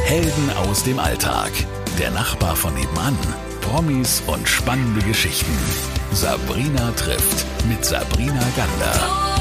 Helden aus dem Alltag. Der Nachbar von nebenan. Promis und spannende Geschichten. Sabrina trifft mit Sabrina Gander.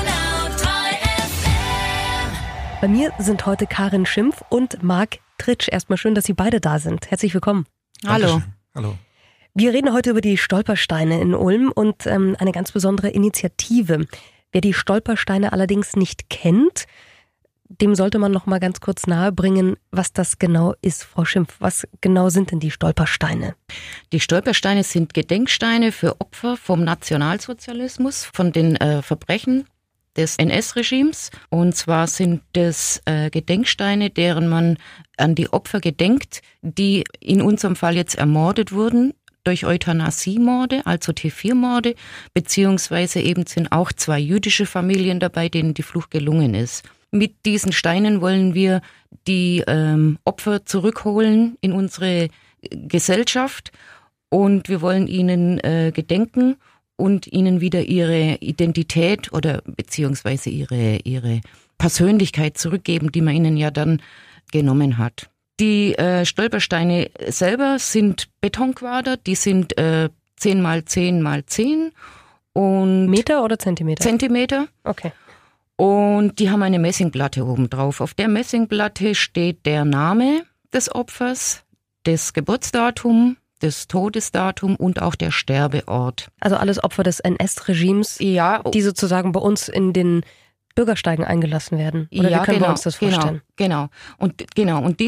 Bei mir sind heute Karin Schimpf und Marc Tritsch. Erstmal schön, dass Sie beide da sind. Herzlich willkommen. Hallo. Hallo. Wir reden heute über die Stolpersteine in Ulm und eine ganz besondere Initiative. Wer die Stolpersteine allerdings nicht kennt, dem sollte man noch mal ganz kurz nahebringen, was das genau ist. Frau Schimpf, was genau sind denn die Stolpersteine? Die Stolpersteine sind Gedenksteine für Opfer vom Nationalsozialismus, von den Verbrechen des NS-Regimes. Und zwar sind das Gedenksteine, deren man an die Opfer gedenkt, die in unserem Fall jetzt ermordet wurden durch Euthanasiemorde, also T4-Morde, beziehungsweise eben sind auch 2 jüdische Familien dabei, denen die Flucht gelungen ist. Mit diesen Steinen wollen wir die Opfer zurückholen in unsere Gesellschaft und wir wollen ihnen gedenken und ihnen wieder ihre Identität oder beziehungsweise ihre Persönlichkeit zurückgeben, die man ihnen ja dann genommen hat. Die Stolpersteine selber sind Betonquader, die sind 10 mal 10 mal 10 und Meter oder Zentimeter? Zentimeter. Okay. Und die haben eine Messingplatte oben drauf. Auf der Messingplatte steht der Name des Opfers, das Geburtsdatum, das Todesdatum und auch der Sterbeort. Also alles Opfer des NS-Regimes, ja, die sozusagen bei uns in den Bürgersteigen eingelassen werden. Oder wie können wir uns das vorstellen? Genau. Und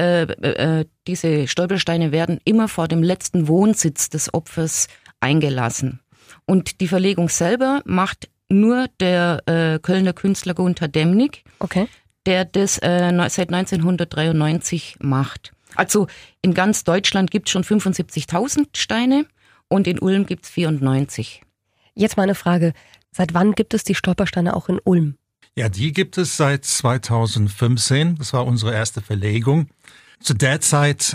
diese Stolpersteine werden immer vor dem letzten Wohnsitz des Opfers eingelassen. Und die Verlegung selber macht nur der Kölner Künstler Gunter Demnig, okay, der das seit 1993 macht. Also in ganz Deutschland gibt es schon 75.000 Steine und in Ulm gibt es 94. Jetzt mal eine Frage. Seit wann gibt es die Stolpersteine auch in Ulm? Ja, die gibt es seit 2015. Das war unsere erste Verlegung. Zu der Zeit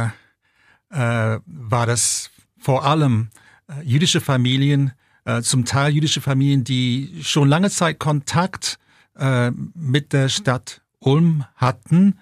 war das vor allem jüdische Familien, zum Teil jüdische Familien, die schon lange Zeit Kontakt mit der Stadt Ulm hatten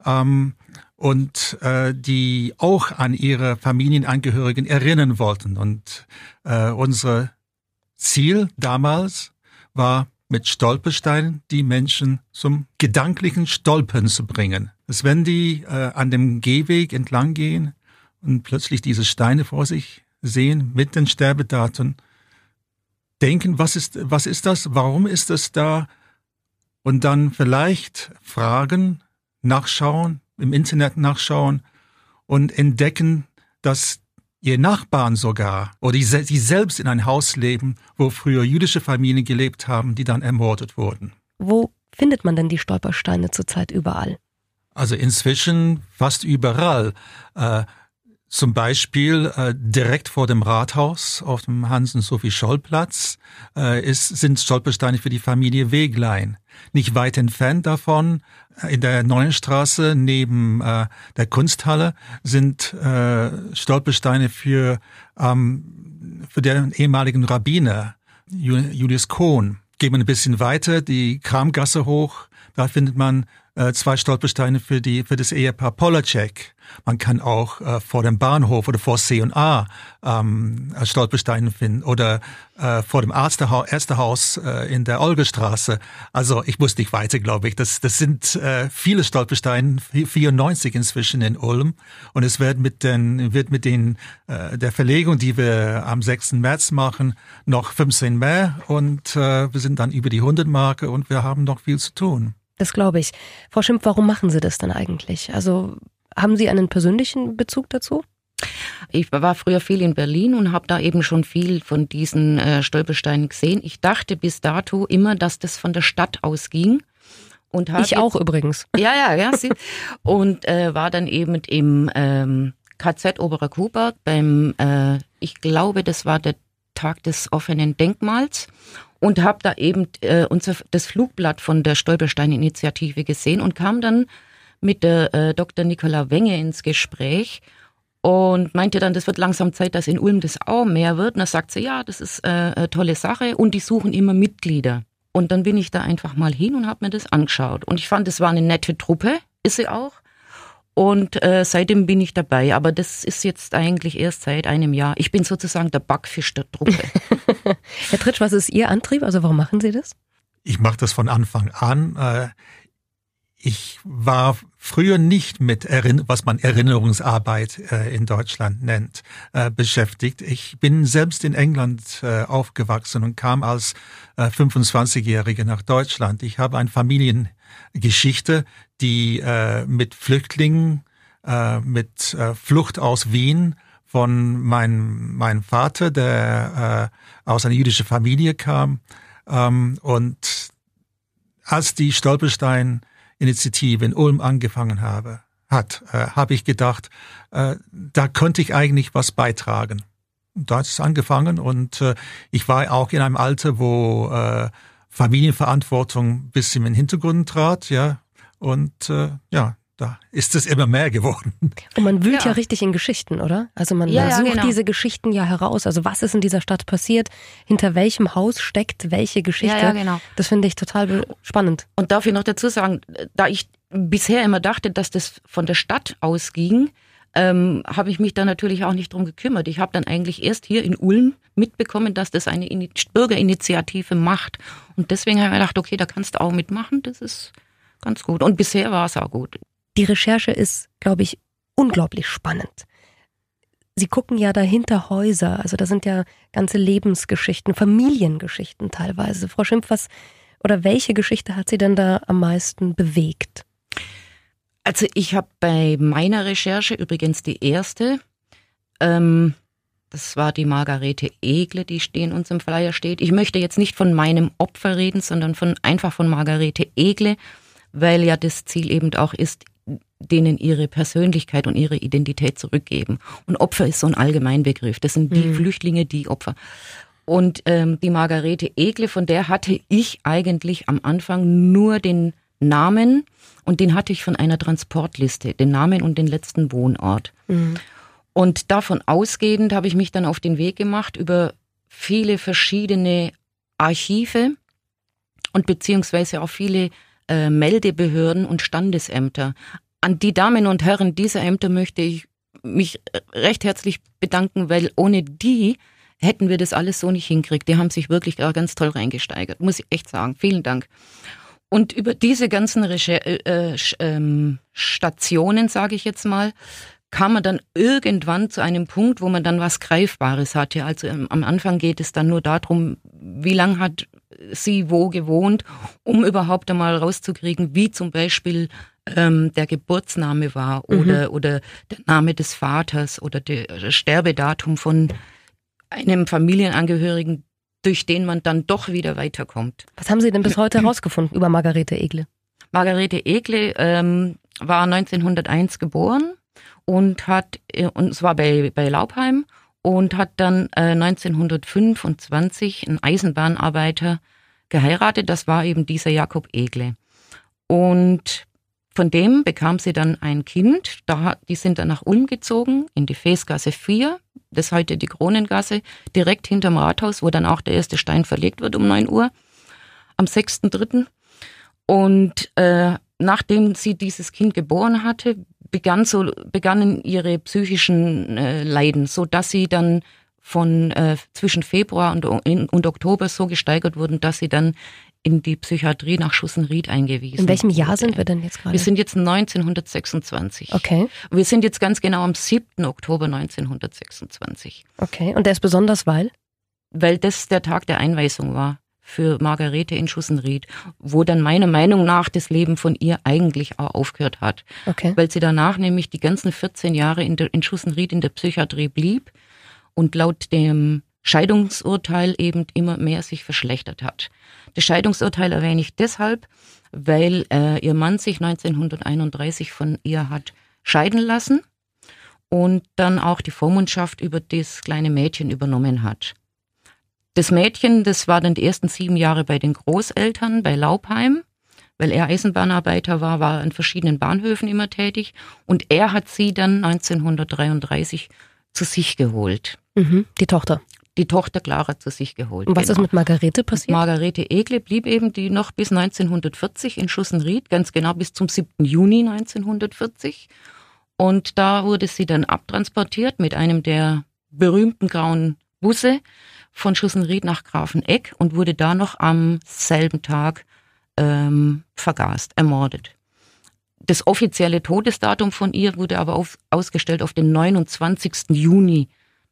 und die auch an ihre Familienangehörigen erinnern wollten. Und unser Ziel damals war, mit Stolpersteinen die Menschen zum gedanklichen Stolpern zu bringen. Dass wenn die an dem Gehweg entlang gehen und plötzlich diese Steine vor sich sehen mit den Sterbedaten, denken, was ist das? Warum ist das da? Und dann vielleicht fragen, nachschauen, im Internet nachschauen und entdecken, dass ihr Nachbarn sogar oder die selbst in ein Haus leben, wo früher jüdische Familien gelebt haben, die dann ermordet wurden. Wo findet man denn die Stolpersteine zurzeit überall? Also inzwischen fast überall. Zum Beispiel direkt vor dem Rathaus auf dem Hansen-Sophie-Scholl-Platz sind Stolpersteine für die Familie Weglein. Nicht weit entfernt davon, in der Neuen Straße neben der Kunsthalle, sind Stolpersteine für den ehemaligen Rabbiner Julius Kohn. Geht man ein bisschen weiter, die Kramgasse hoch, da findet man 2 Stolpersteine für das Ehepaar Polacek. Man kann auch vor dem Bahnhof oder vor C&A Stolpersteine finden oder vor dem Ärztehaus in der Olgestraße. Also ich muss nicht weiter, glaube ich. Das sind viele Stolpersteine, 94 inzwischen in Ulm. Und es wird mit der Verlegung, die wir am 6. März machen, noch 15 mehr. Und wir sind dann über die 100-Marke und wir haben noch viel zu tun. Das glaube ich. Frau Schimpf, warum machen Sie das denn eigentlich? Also haben Sie einen persönlichen Bezug dazu? Ich war früher viel in Berlin und habe da eben schon viel von diesen Stolpersteinen gesehen. Ich dachte bis dato immer, dass das von der Stadt ausging. Und ich auch übrigens. Ja. Und war dann eben im KZ Oberer Kuhberg ich glaube, das war der Tag des offenen Denkmals. Und habe da eben das Flugblatt von der Stolperstein-Initiative gesehen und kam dann mit der Dr. Nicola Wenge ins Gespräch und meinte dann, das wird langsam Zeit, dass in Ulm das auch mehr wird. Und da sagt sie, ja, das ist eine tolle Sache und die suchen immer Mitglieder. Und dann bin ich da einfach mal hin und habe mir das angeschaut. Und ich fand, es war eine nette Truppe, ist sie auch. und seitdem bin ich dabei. Aber das ist jetzt eigentlich erst seit einem Jahr. Ich bin sozusagen der Backfisch der Truppe. Herr Tritsch, was ist Ihr Antrieb? Also warum machen Sie das? Ich mache das von Anfang an. Ich war früher nicht mit was man Erinnerungsarbeit in Deutschland nennt, beschäftigt. Ich bin selbst in England aufgewachsen und kam als 25-Jähriger nach Deutschland. Ich habe eine Familiengeschichte, die mit Flüchtlingen, mit Flucht aus Wien von meinem Vater, der aus einer jüdischen Familie kam. Und als die Stolperstein-Initiative in Ulm angefangen habe ich gedacht, da könnte ich eigentlich was beitragen. Und da hat es angefangen und ich war auch in einem Alter, wo Familienverantwortung ein bisschen in den Hintergrund trat, ja. Und da ist es immer mehr geworden. Und man wühlt ja richtig in Geschichten, oder? Also man sucht genau. diese Geschichten ja heraus. Also was ist in dieser Stadt passiert? Hinter welchem Haus steckt welche Geschichte? Ja, genau. Das finde ich total spannend. Und darf ich noch dazu sagen, da ich bisher immer dachte, dass das von der Stadt ausging, habe ich mich da natürlich auch nicht drum gekümmert. Ich habe dann eigentlich erst hier in Ulm mitbekommen, dass das eine Bürgerinitiative macht. Und deswegen habe ich mir gedacht, okay, da kannst du auch mitmachen. Das ist ganz gut. Und bisher war es auch gut. Die Recherche ist, glaube ich, unglaublich spannend. Sie gucken ja dahinter Häuser, also da sind ja ganze Lebensgeschichten, Familiengeschichten teilweise. Frau Schimpf, welche Geschichte hat Sie denn da am meisten bewegt? Also ich habe bei meiner Recherche, übrigens die erste, das war die Margarete Egle, die in unserem Flyer steht. Ich möchte jetzt nicht von meinem Opfer reden, sondern einfach von Margarete Egle, weil ja das Ziel eben auch ist, denen ihre Persönlichkeit und ihre Identität zurückgeben. Und Opfer ist so ein Allgemeinbegriff. Das sind die Flüchtlinge, die Opfer. Und die Margarete Egle, von der hatte ich eigentlich am Anfang nur den Namen und den hatte ich von einer Transportliste, den Namen und den letzten Wohnort. Mhm. Und davon ausgehend habe ich mich dann auf den Weg gemacht über viele verschiedene Archive und beziehungsweise auch viele Meldebehörden und Standesämter. An die Damen und Herren dieser Ämter möchte ich mich recht herzlich bedanken, weil ohne die hätten wir das alles so nicht hinkriegt. Die haben sich wirklich ganz toll reingesteigert, muss ich echt sagen. Vielen Dank. Und über diese ganzen Stationen, sage ich jetzt mal, kam man dann irgendwann zu einem Punkt, wo man dann was Greifbares hatte. Also am Anfang geht es dann nur darum, wie lang hat sie wo gewohnt, um überhaupt einmal rauszukriegen, wie zum Beispiel der Geburtsname war oder der Name des Vaters oder das Sterbedatum von einem Familienangehörigen, durch den man dann doch wieder weiterkommt. Was haben Sie denn bis heute herausgefunden über Margarete Egle? Margarete Egle war 1901 geboren und zwar bei Laubheim und hat dann 1925 einen Eisenbahnarbeiter geheiratet. Das war eben dieser Jakob Egle. Und von dem bekam sie dann ein Kind. Die sind dann nach Ulm gezogen, in die Fäßgasse 4. Das ist heute die Kronengasse, direkt hinterm Rathaus, wo dann auch der erste Stein verlegt wird um 9 Uhr, am 6.3. Und nachdem sie dieses Kind geboren hatte, begannen ihre psychischen Leiden, so dass sie dann zwischen Februar und Oktober so gesteigert wurden, dass sie dann in die Psychiatrie nach Schussenried eingewiesen. In welchem Jahr sind wir denn jetzt gerade? Wir sind jetzt 1926. Okay. Wir sind jetzt ganz genau am 7. Oktober 1926. Okay, und der ist besonders, weil? Weil das der Tag der Einweisung war für Margarete in Schussenried, wo dann meiner Meinung nach das Leben von ihr eigentlich auch aufgehört hat. Okay. Weil sie danach nämlich die ganzen 14 Jahre in Schussenried in der Psychiatrie blieb und laut dem Scheidungsurteil eben immer mehr sich verschlechtert hat. Das Scheidungsurteil erwähne ich deshalb, weil ihr Mann sich 1931 von ihr hat scheiden lassen und dann auch die Vormundschaft über das kleine Mädchen übernommen hat. Das Mädchen, das war dann die ersten 7 Jahre bei den Großeltern, bei Laubheim, weil er Eisenbahnarbeiter war an verschiedenen Bahnhöfen immer tätig und er hat sie dann 1933 zu sich geholt. Mhm, die Tochter. Die Tochter Clara zu sich geholt. Und was ist mit Margarete passiert? Margarete Egle blieb eben die noch bis 1940 in Schussenried, ganz genau bis zum 7. Juni 1940. Und da wurde sie dann abtransportiert mit einem der berühmten grauen Busse von Schussenried nach Grafenegg und wurde da noch am selben Tag vergast, ermordet. Das offizielle Todesdatum von ihr wurde aber ausgestellt auf den 29. Juni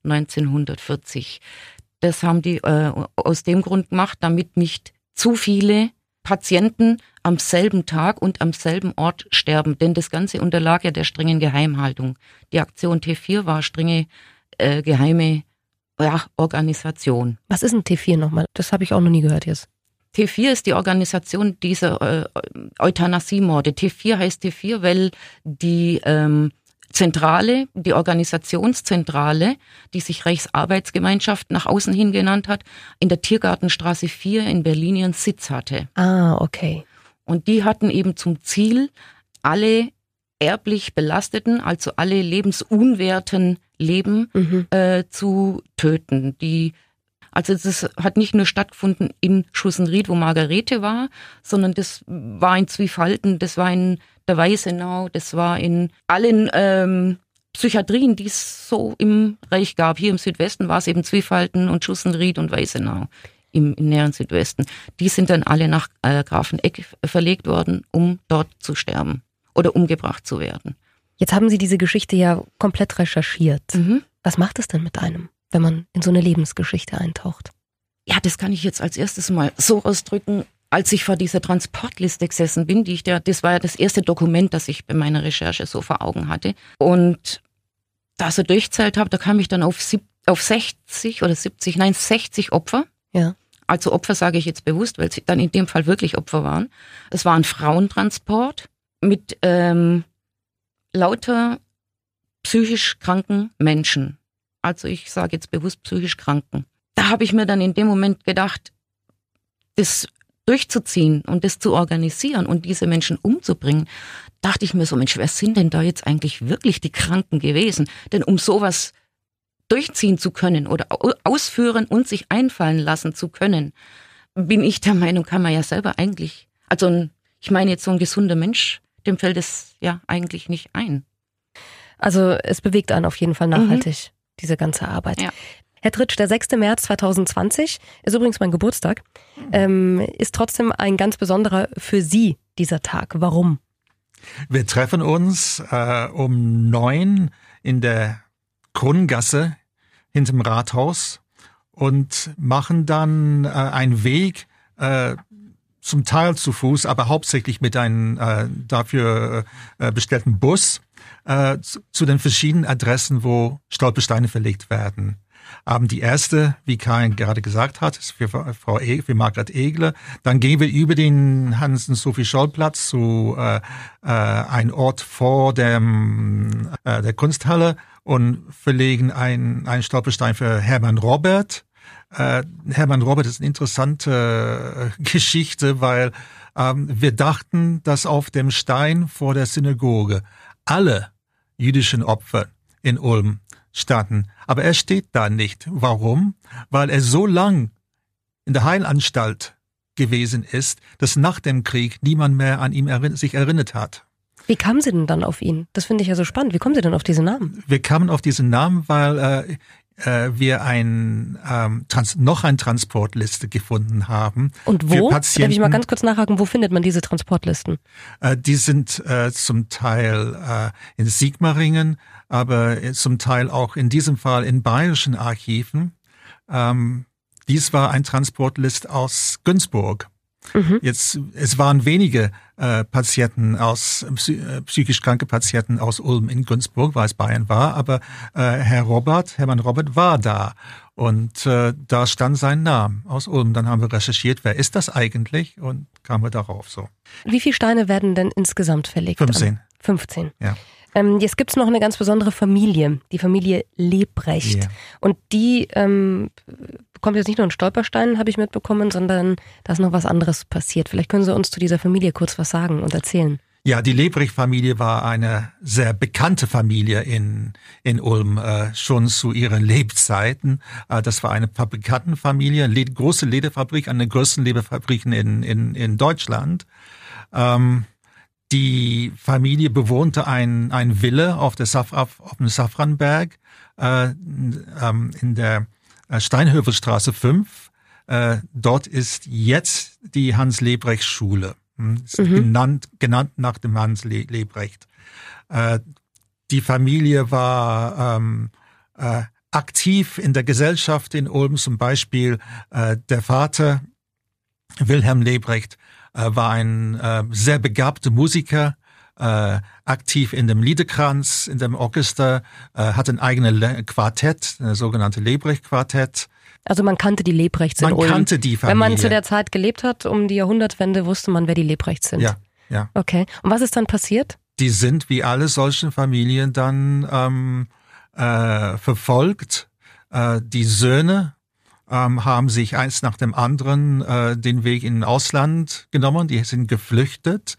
1940. Das haben die aus dem Grund gemacht, damit nicht zu viele Patienten am selben Tag und am selben Ort sterben. Denn das Ganze unterlag ja der strengen Geheimhaltung. Die Aktion T4 war strenge geheime Organisation. Was ist ein T4 nochmal? Das habe ich auch noch nie gehört jetzt. T4 ist die Organisation dieser Euthanasiemorde. T4 heißt T4, weil die Zentrale, die Organisationszentrale, die sich Reichsarbeitsgemeinschaft nach außen hin genannt hat, in der Tiergartenstraße 4 in Berlin ihren Sitz hatte. Ah, okay. Und die hatten eben zum Ziel, alle erblich belasteten, also alle lebensunwerten Leben zu töten. Also das hat nicht nur stattgefunden in Schussenried, wo Margarete war, sondern das war in Zwiefalten, das war in der Weißenau, das war in allen Psychiatrien, die es so im Reich gab. Hier im Südwesten war es eben Zwiefalten und Schussenried und Weißenau im näheren Südwesten. Die sind dann alle nach Grafenegg verlegt worden, um dort zu sterben oder umgebracht zu werden. Jetzt haben Sie diese Geschichte ja komplett recherchiert. Was macht es denn mit einem, wenn man in so eine Lebensgeschichte eintaucht? Ja, das kann ich jetzt als erstes mal so ausdrücken. Als ich vor dieser Transportliste gesessen bin, das war ja das erste Dokument, das ich bei meiner Recherche so vor Augen hatte. Und da so durchzählt habe, da kam ich dann auf 60 Opfer. Ja. Also Opfer sage ich jetzt bewusst, weil sie dann in dem Fall wirklich Opfer waren. Es war ein Frauentransport mit lauter psychisch kranken Menschen. Also ich sage jetzt bewusst psychisch Kranken. Da habe ich mir dann in dem Moment gedacht, das durchzuziehen und das zu organisieren und diese Menschen umzubringen, dachte ich mir so, Mensch, wer sind denn da jetzt eigentlich wirklich die Kranken gewesen? Denn um sowas durchziehen zu können oder ausführen und sich einfallen lassen zu können, bin ich der Meinung, kann man ja selber eigentlich, also ich meine jetzt so ein gesunder Mensch, dem fällt es ja eigentlich nicht ein. Also es bewegt einen auf jeden Fall nachhaltig, diese ganze Arbeit. Ja. Herr Tritsch, der 6. März 2020 ist übrigens mein Geburtstag, ist trotzdem ein ganz besonderer für Sie, dieser Tag. Warum? Wir treffen uns um 9 in der Krunngasse hinterm Rathaus und machen dann einen Weg, zum Teil zu Fuß, aber hauptsächlich mit einem dafür bestellten Bus zu den verschiedenen Adressen, wo Stolpersteine verlegt werden. Die erste, wie Karin gerade gesagt hat, ist für Margret Egler. Dann gehen wir über den Hansen-Sophie-Scholl-Platz zu ein Ort vor der Kunsthalle und verlegen einen Stolperstein für Hermann Robert. Hermann Robert ist eine interessante Geschichte, weil wir dachten, dass auf dem Stein vor der Synagoge alle jüdischen Opfer in Ulm standen. Aber er steht da nicht. Warum? Weil er so lang in der Heilanstalt gewesen ist, dass nach dem Krieg niemand mehr an ihm sich erinnert hat. Wie kamen Sie denn dann auf ihn? Das finde ich ja so spannend. Wie kommen Sie denn auf diesen Namen? Wir kamen auf diesen Namen, weil wir noch eine Transportliste gefunden haben. Und wo? Darf ich mal ganz kurz nachhaken, wo findet man diese Transportlisten? Die sind zum Teil in Sigmaringen, aber zum Teil auch in diesem Fall in bayerischen Archiven. Dies war ein Transportlist aus Günzburg. Es waren wenige psychisch kranke Patienten aus Ulm in Günzburg, weil es Bayern war, aber Hermann Robert war da und da stand sein Name aus Ulm. Dann haben wir recherchiert, wer ist das eigentlich, und kamen wir darauf so. Wie viele Steine werden denn insgesamt verlegt? 15. 15. Ja. Jetzt gibt's noch eine ganz besondere Familie, die Familie Lebrecht. Yeah. Und die bekommt jetzt nicht nur einen Stolperstein, habe ich mitbekommen, sondern da ist noch was anderes passiert. Vielleicht können Sie uns zu dieser Familie kurz was sagen und erzählen. Ja, die Lebrecht-Familie war eine sehr bekannte Familie in Ulm, schon zu ihren Lebzeiten. Das war eine Fabrikantenfamilie, große Lederfabrik, eine der größten Lederfabriken in Deutschland. Die Familie bewohnte ein Villa auf dem Safranberg in der Steinhövelstraße 5. Dort ist jetzt die Hans-Lebrecht-Schule, genannt nach dem Hans Lebrecht. Die Familie war aktiv in der Gesellschaft in Ulm, zum Beispiel der Vater Wilhelm Lebrecht war ein sehr begabter Musiker, aktiv in dem Liederkranz, in dem Orchester, hat ein eigenes Quartett, das sogenannte Lebrecht-Quartett. Also man kannte die Lebrechts in Ulm. Man kannte die Familie. Wenn man zu der Zeit gelebt hat, um die Jahrhundertwende, wusste man, wer die Lebrechts sind. Ja. Okay. Und was ist dann passiert? Die sind wie alle solchen Familien dann verfolgt. Die Söhne haben sich eins nach dem anderen den Weg in Ausland genommen. Die sind geflüchtet.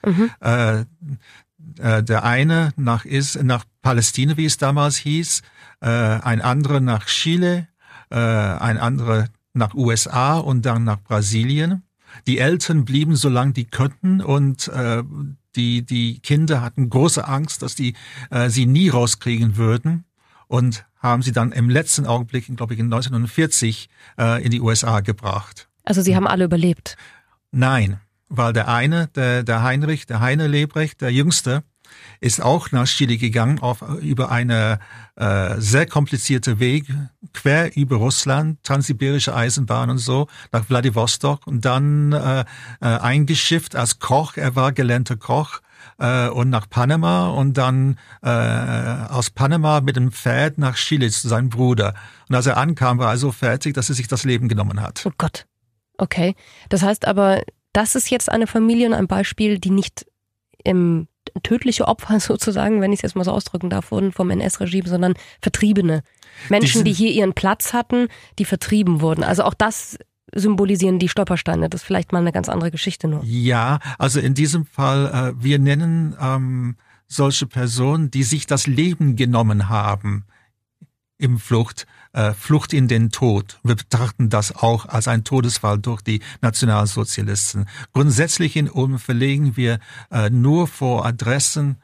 Der eine nach Palästina, wie es damals hieß, ein anderer nach Chile, ein anderer nach USA und dann nach Brasilien. Die Eltern blieben so lange die könnten und die Kinder hatten große Angst, dass die sie nie rauskriegen würden und haben sie dann im letzten Augenblick, glaube ich in 1940, in die USA gebracht. Also sie haben alle überlebt? Nein, weil der eine, der Heine Lebrecht, der Jüngste, ist auch nach Chile gegangen über eine sehr komplizierte Weg, quer über Russland, transsibirische Eisenbahn und so, nach Wladiwostok und dann eingeschifft als Koch, er war gelernter Koch, und nach Panama und dann aus Panama mit dem Pferd nach Chile zu seinem Bruder. Und als er ankam, war er so fertig, dass er sich das Leben genommen hat. Oh Gott. Okay. Das heißt aber, das ist jetzt eine Familie und ein Beispiel, die nicht tödliche Opfer sozusagen, wenn ich es jetzt mal so ausdrücken darf, wurden vom NS-Regime, sondern Vertriebene. Menschen, die hier ihren Platz hatten, die vertrieben wurden. Also auch das symbolisieren die Stolpersteine. Das ist vielleicht mal eine ganz andere Geschichte nur. Ja, also in diesem Fall, wir nennen solche Personen, die sich das Leben genommen haben im Flucht in den Tod. Wir betrachten das auch als ein Todesfall durch die Nationalsozialisten. Grundsätzlich in Ulm verlegen wir nur vor Adressen,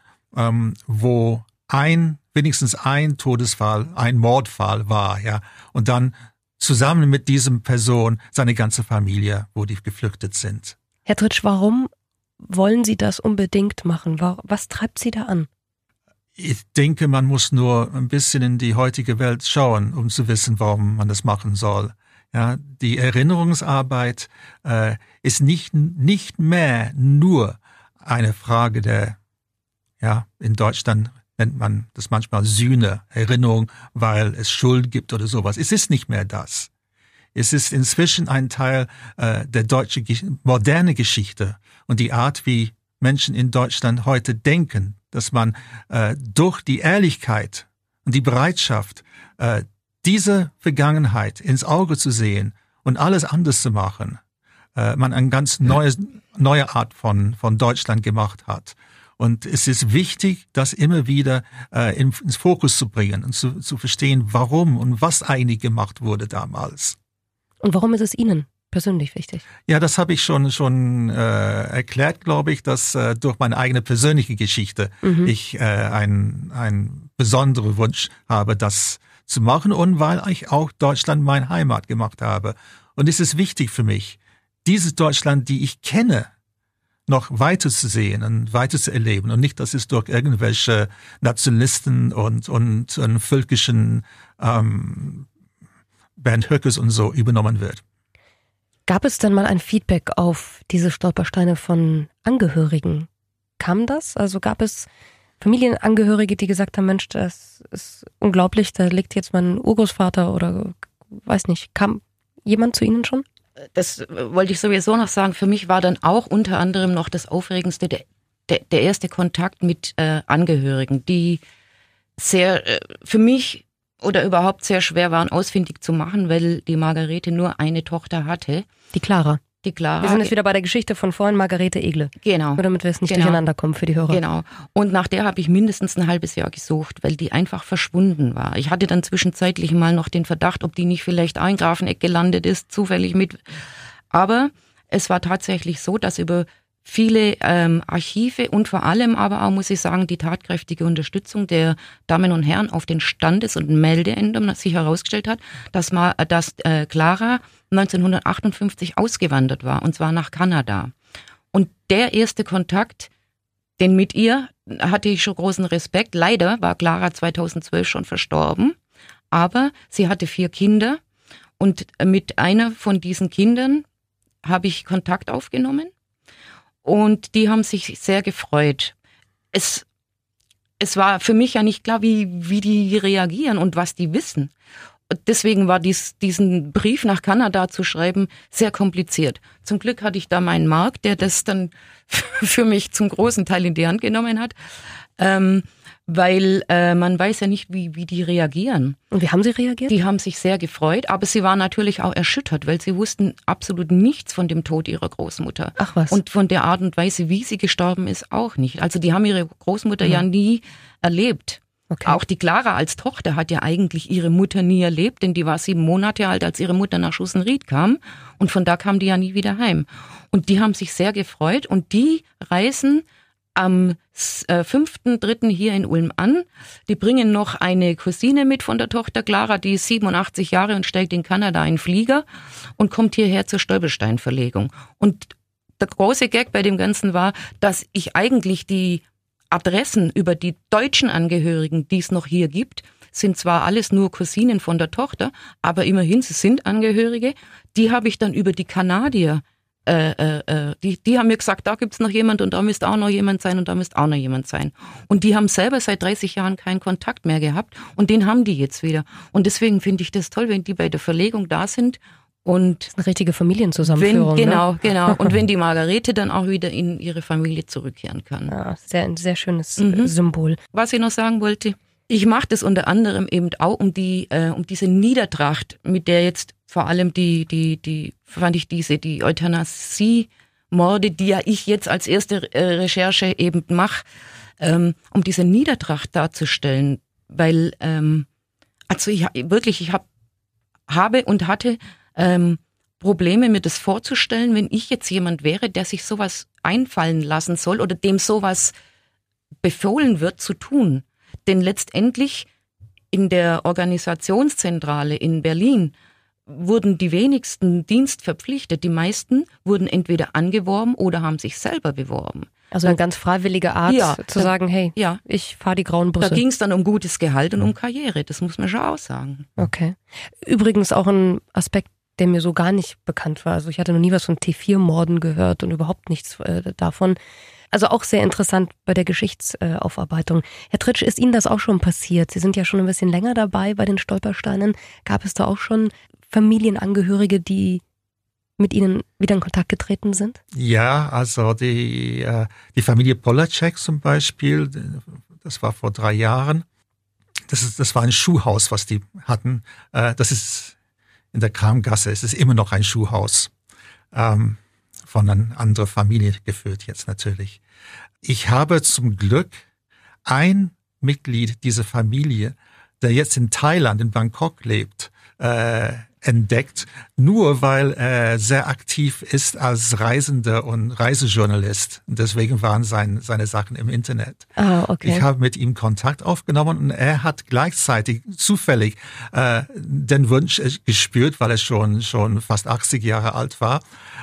wo wenigstens ein Todesfall, ein Mordfall war, ja, und dann zusammen mit diesem Person seine ganze Familie, wo die geflüchtet sind. Herr Tritsch, warum wollen Sie das unbedingt machen? Was treibt Sie da an? Ich denke, man muss nur ein bisschen in die heutige Welt schauen, um zu wissen, warum man das machen soll. Ja, die Erinnerungsarbeit ist nicht mehr nur eine Frage in Deutschland nennt man das manchmal Sühne, Erinnerung, weil es Schuld gibt oder sowas. Es ist nicht mehr das. Es ist inzwischen ein Teil der deutschen moderne Geschichte und die Art, wie Menschen in Deutschland heute denken, dass man durch die Ehrlichkeit und die Bereitschaft, diese Vergangenheit ins Auge zu sehen und alles anders zu machen, man eine ganz neue Art von Deutschland gemacht hat. Und es ist wichtig, das immer wieder ins Fokus zu bringen und zu verstehen, warum und was eigentlich gemacht wurde damals. Und warum ist es Ihnen persönlich wichtig? Ja, das habe ich schon erklärt, glaube ich, dass durch meine eigene persönliche Geschichte ich einen besonderen Wunsch habe, das zu machen und weil ich auch Deutschland meine Heimat gemacht habe. Und es ist wichtig für mich, dieses Deutschland, die ich kenne, noch weiter zu sehen und weiter zu erleben und nicht, dass es durch irgendwelche Nationalisten und völkischen Bernd Höckes und so übernommen wird. Gab es denn mal ein Feedback auf diese Stolpersteine von Angehörigen? Kam das? Also gab es Familienangehörige, die gesagt haben, Mensch, das ist unglaublich, da liegt jetzt mein Urgroßvater oder weiß nicht, kam jemand zu Ihnen schon? Das wollte ich sowieso noch sagen. Für mich war dann auch unter anderem noch das Aufregendste der erste Kontakt mit Angehörigen, die sehr für mich oder überhaupt sehr schwer waren, ausfindig zu machen, weil die Margarete nur eine Tochter hatte. Die Clara. Wir sind jetzt wieder bei der Geschichte von vorhin, Margarete Egle. Genau. Nur damit wir es nicht durcheinander kommen für die Hörer. Genau. Und nach der habe ich mindestens ein halbes Jahr gesucht, weil die einfach verschwunden war. Ich hatte dann zwischenzeitlich mal noch den Verdacht, ob die nicht vielleicht in Grafeneck gelandet ist, zufällig mit. Aber es war tatsächlich so, dass über viele Archive und vor allem aber auch, muss ich sagen, die tatkräftige Unterstützung der Damen und Herren auf den Standes- und Meldeämtern sich herausgestellt hat, dass Clara 1958 ausgewandert war, und zwar nach Kanada. Und der erste Kontakt, den mit ihr, hatte ich schon großen Respekt. Leider war Clara 2012 schon verstorben, aber sie hatte 4 Kinder und mit einer von diesen Kindern habe ich Kontakt aufgenommen. Und die haben sich sehr gefreut. Es war für mich ja nicht klar, wie die reagieren und was die wissen. Und deswegen war diesen Brief nach Kanada zu schreiben sehr kompliziert. Zum Glück hatte ich da meinen Mark, der das dann für mich zum großen Teil in die Hand genommen hat. Weil man weiß ja nicht, wie die reagieren. Und wie haben sie reagiert? Die haben sich sehr gefreut, aber sie waren natürlich auch erschüttert, weil sie wussten absolut nichts von dem Tod ihrer Großmutter. Ach was. Und von der Art und Weise, wie sie gestorben ist, auch nicht. Also die haben ihre Großmutter ja nie erlebt. Okay. Auch die Clara als Tochter hat ja eigentlich ihre Mutter nie erlebt, denn die war 7 Monate alt, als ihre Mutter nach Schussenried kam. Und von da kam die ja nie wieder heim. Und die haben sich sehr gefreut und die reisen am 5.3. hier in Ulm an. Die bringen noch eine Cousine mit von der Tochter Clara, die ist 87 Jahre und steigt in Kanada in Flieger und kommt hierher zur Stolperstein-Verlegung. Und der große Gag bei dem Ganzen war, dass ich eigentlich die Adressen über die deutschen Angehörigen, die es noch hier gibt, sind zwar alles nur Cousinen von der Tochter, aber immerhin, sie sind Angehörige. Die habe ich dann über die Kanadier die haben mir gesagt, da gibt's noch jemand und da müsste auch noch jemand sein und da müsste auch noch jemand sein. Und die haben selber seit 30 Jahren keinen Kontakt mehr gehabt und den haben die jetzt wieder. Und deswegen finde ich das toll, wenn die bei der Verlegung da sind und eine richtige Familienzusammenführung. Genau. Ne? Und wenn die Margarete dann auch wieder in ihre Familie zurückkehren kann. Ja, ein sehr schönes Symbol. Was ich noch sagen wollte, ich mache das unter anderem eben auch um diese Niedertracht, mit der jetzt vor allem die Euthanasie-Morde, die ja ich jetzt als erste Recherche eben mache, um diese Niedertracht darzustellen, weil ich habe und hatte Probleme, mir das vorzustellen, wenn ich jetzt jemand wäre, der sich sowas einfallen lassen soll oder dem sowas befohlen wird zu tun. Denn letztendlich in der Organisationszentrale in Berlin wurden die wenigsten dienstverpflichtet. Die meisten wurden entweder angeworben oder haben sich selber beworben. Also eine ganz freiwillige Art zu sagen, hey, ich fahre die grauen Busse. Da ging es dann um gutes Gehalt und um Karriere, das muss man schon auch sagen. Okay. Übrigens auch ein Aspekt, der mir so gar nicht bekannt war. Also ich hatte noch nie was von T4-Morden gehört und überhaupt nichts davon. Also auch sehr interessant bei der Geschichtsaufarbeitung. Herr Tritsch, ist Ihnen das auch schon passiert? Sie sind ja schon ein bisschen länger dabei bei den Stolpersteinen. Gab es da auch schon Familienangehörige, die mit Ihnen wieder in Kontakt getreten sind? Ja, also die Familie Polacek zum Beispiel, das war vor 3 Jahren. Das war ein Schuhhaus, was die hatten. Das ist in der Kramgasse. Es ist immer noch ein Schuhhaus. Von einer anderen Familie geführt jetzt natürlich. Ich habe zum Glück ein Mitglied dieser Familie, der jetzt in Thailand, in Bangkok lebt, entdeckt, nur weil er sehr aktiv ist als Reisender und Reisejournalist. Und deswegen waren seine Sachen im Internet. Ah, okay. Ich habe mit ihm Kontakt aufgenommen und er hat gleichzeitig zufällig den Wunsch gespürt, weil er schon fast 80 Jahre alt war,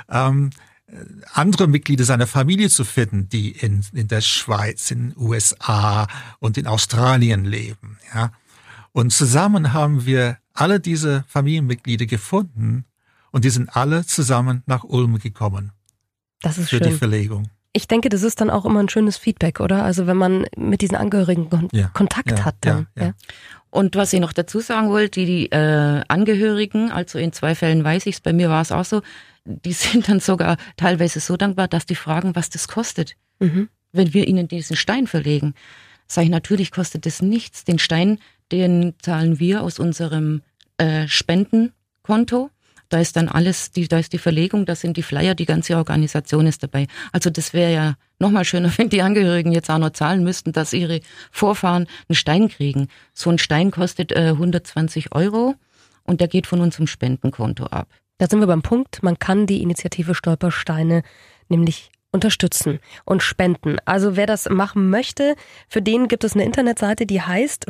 andere Mitglieder seiner Familie zu finden, die in der Schweiz, in den USA und in Australien leben. Ja. Und zusammen haben wir alle diese Familienmitglieder gefunden und die sind alle zusammen nach Ulm gekommen. Das ist für schön. Die Verlegung. Ich denke, das ist dann auch immer ein schönes Feedback, oder? Also wenn man mit diesen Angehörigen Kontakt hat dann. Ja. Und was ich noch dazu sagen wollte, die Angehörigen, also in 2 Fällen weiß ich es, bei mir war es auch so, die sind dann sogar teilweise so dankbar, dass die fragen, was das kostet, wenn wir ihnen diesen Stein verlegen. Sag ich, natürlich kostet das nichts. Den Stein, den zahlen wir aus unserem Spendenkonto. Da ist dann alles, da ist die Verlegung, da sind die Flyer, die ganze Organisation ist dabei. Also das wäre ja nochmal schöner, wenn die Angehörigen jetzt auch noch zahlen müssten, dass ihre Vorfahren einen Stein kriegen. So ein Stein kostet 120 € und der geht von unserem Spendenkonto ab. Da sind wir beim Punkt, man kann die Initiative Stolpersteine nämlich unterstützen und spenden. Also wer das machen möchte, für den gibt es eine Internetseite, die heißt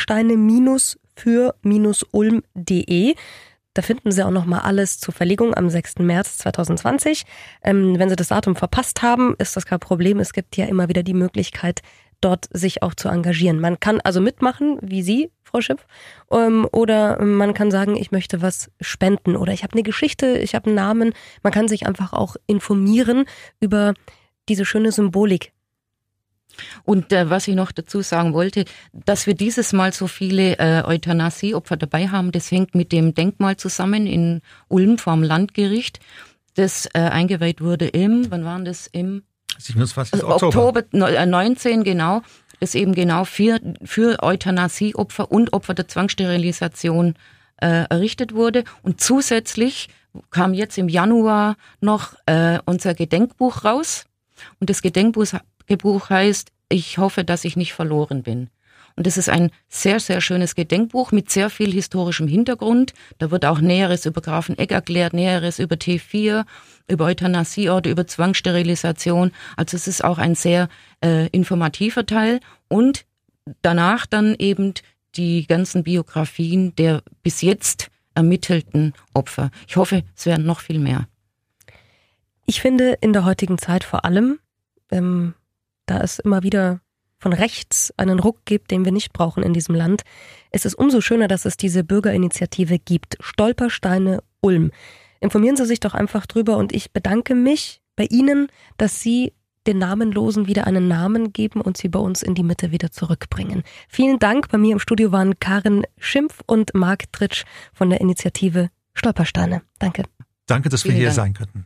stolpersteine-für-ulm.de. Da finden Sie auch nochmal alles zur Verlegung am 6. März 2020. Wenn Sie das Datum verpasst haben, ist das kein Problem. Es gibt ja immer wieder die Möglichkeit, dort sich auch zu engagieren. Man kann also mitmachen, wie Sie, Frau Schimpf, oder man kann sagen, ich möchte was spenden oder ich habe eine Geschichte, ich habe einen Namen. Man kann sich einfach auch informieren über diese schöne Symbolik. Und was ich noch dazu sagen wollte, dass wir dieses Mal so viele Euthanasieopfer dabei haben, das hängt mit dem Denkmal zusammen in Ulm vorm Landgericht, das eingeweiht wurde wann waren das? Im 27. Oktober 19, genau, das eben genau für Euthanasieopfer und Opfer der Zwangssterilisation errichtet wurde. Und zusätzlich kam jetzt im Januar noch unser Gedenkbuch raus. Und das Gedenkbuch heißt, ich hoffe, dass ich nicht verloren bin. Und das ist ein sehr, sehr schönes Gedenkbuch mit sehr viel historischem Hintergrund. Da wird auch Näheres über Grafenegg erklärt, Näheres über T4, über Euthanasieorte, über Zwangssterilisation. Also es ist auch ein sehr informativer Teil. Und danach dann eben die ganzen Biografien der bis jetzt ermittelten Opfer. Ich hoffe, es werden noch viel mehr. Ich finde in der heutigen Zeit vor allem, da es immer wieder von rechts einen Ruck gibt, den wir nicht brauchen in diesem Land, ist es umso schöner, dass es diese Bürgerinitiative gibt. Stolpersteine Ulm. Informieren Sie sich doch einfach drüber und ich bedanke mich bei Ihnen, dass Sie den Namenlosen wieder einen Namen geben und sie bei uns in die Mitte wieder zurückbringen. Vielen Dank. Bei mir im Studio waren Karin Schimpf und Marc Tritsch von der Initiative Stolpersteine. Danke. Danke, dass wir hier sein könnten.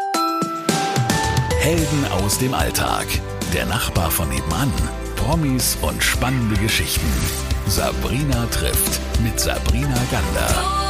Helden aus dem Alltag. Der Nachbar von nebenan. Promis und spannende Geschichten. Sabrina trifft mit Sabrina Gander.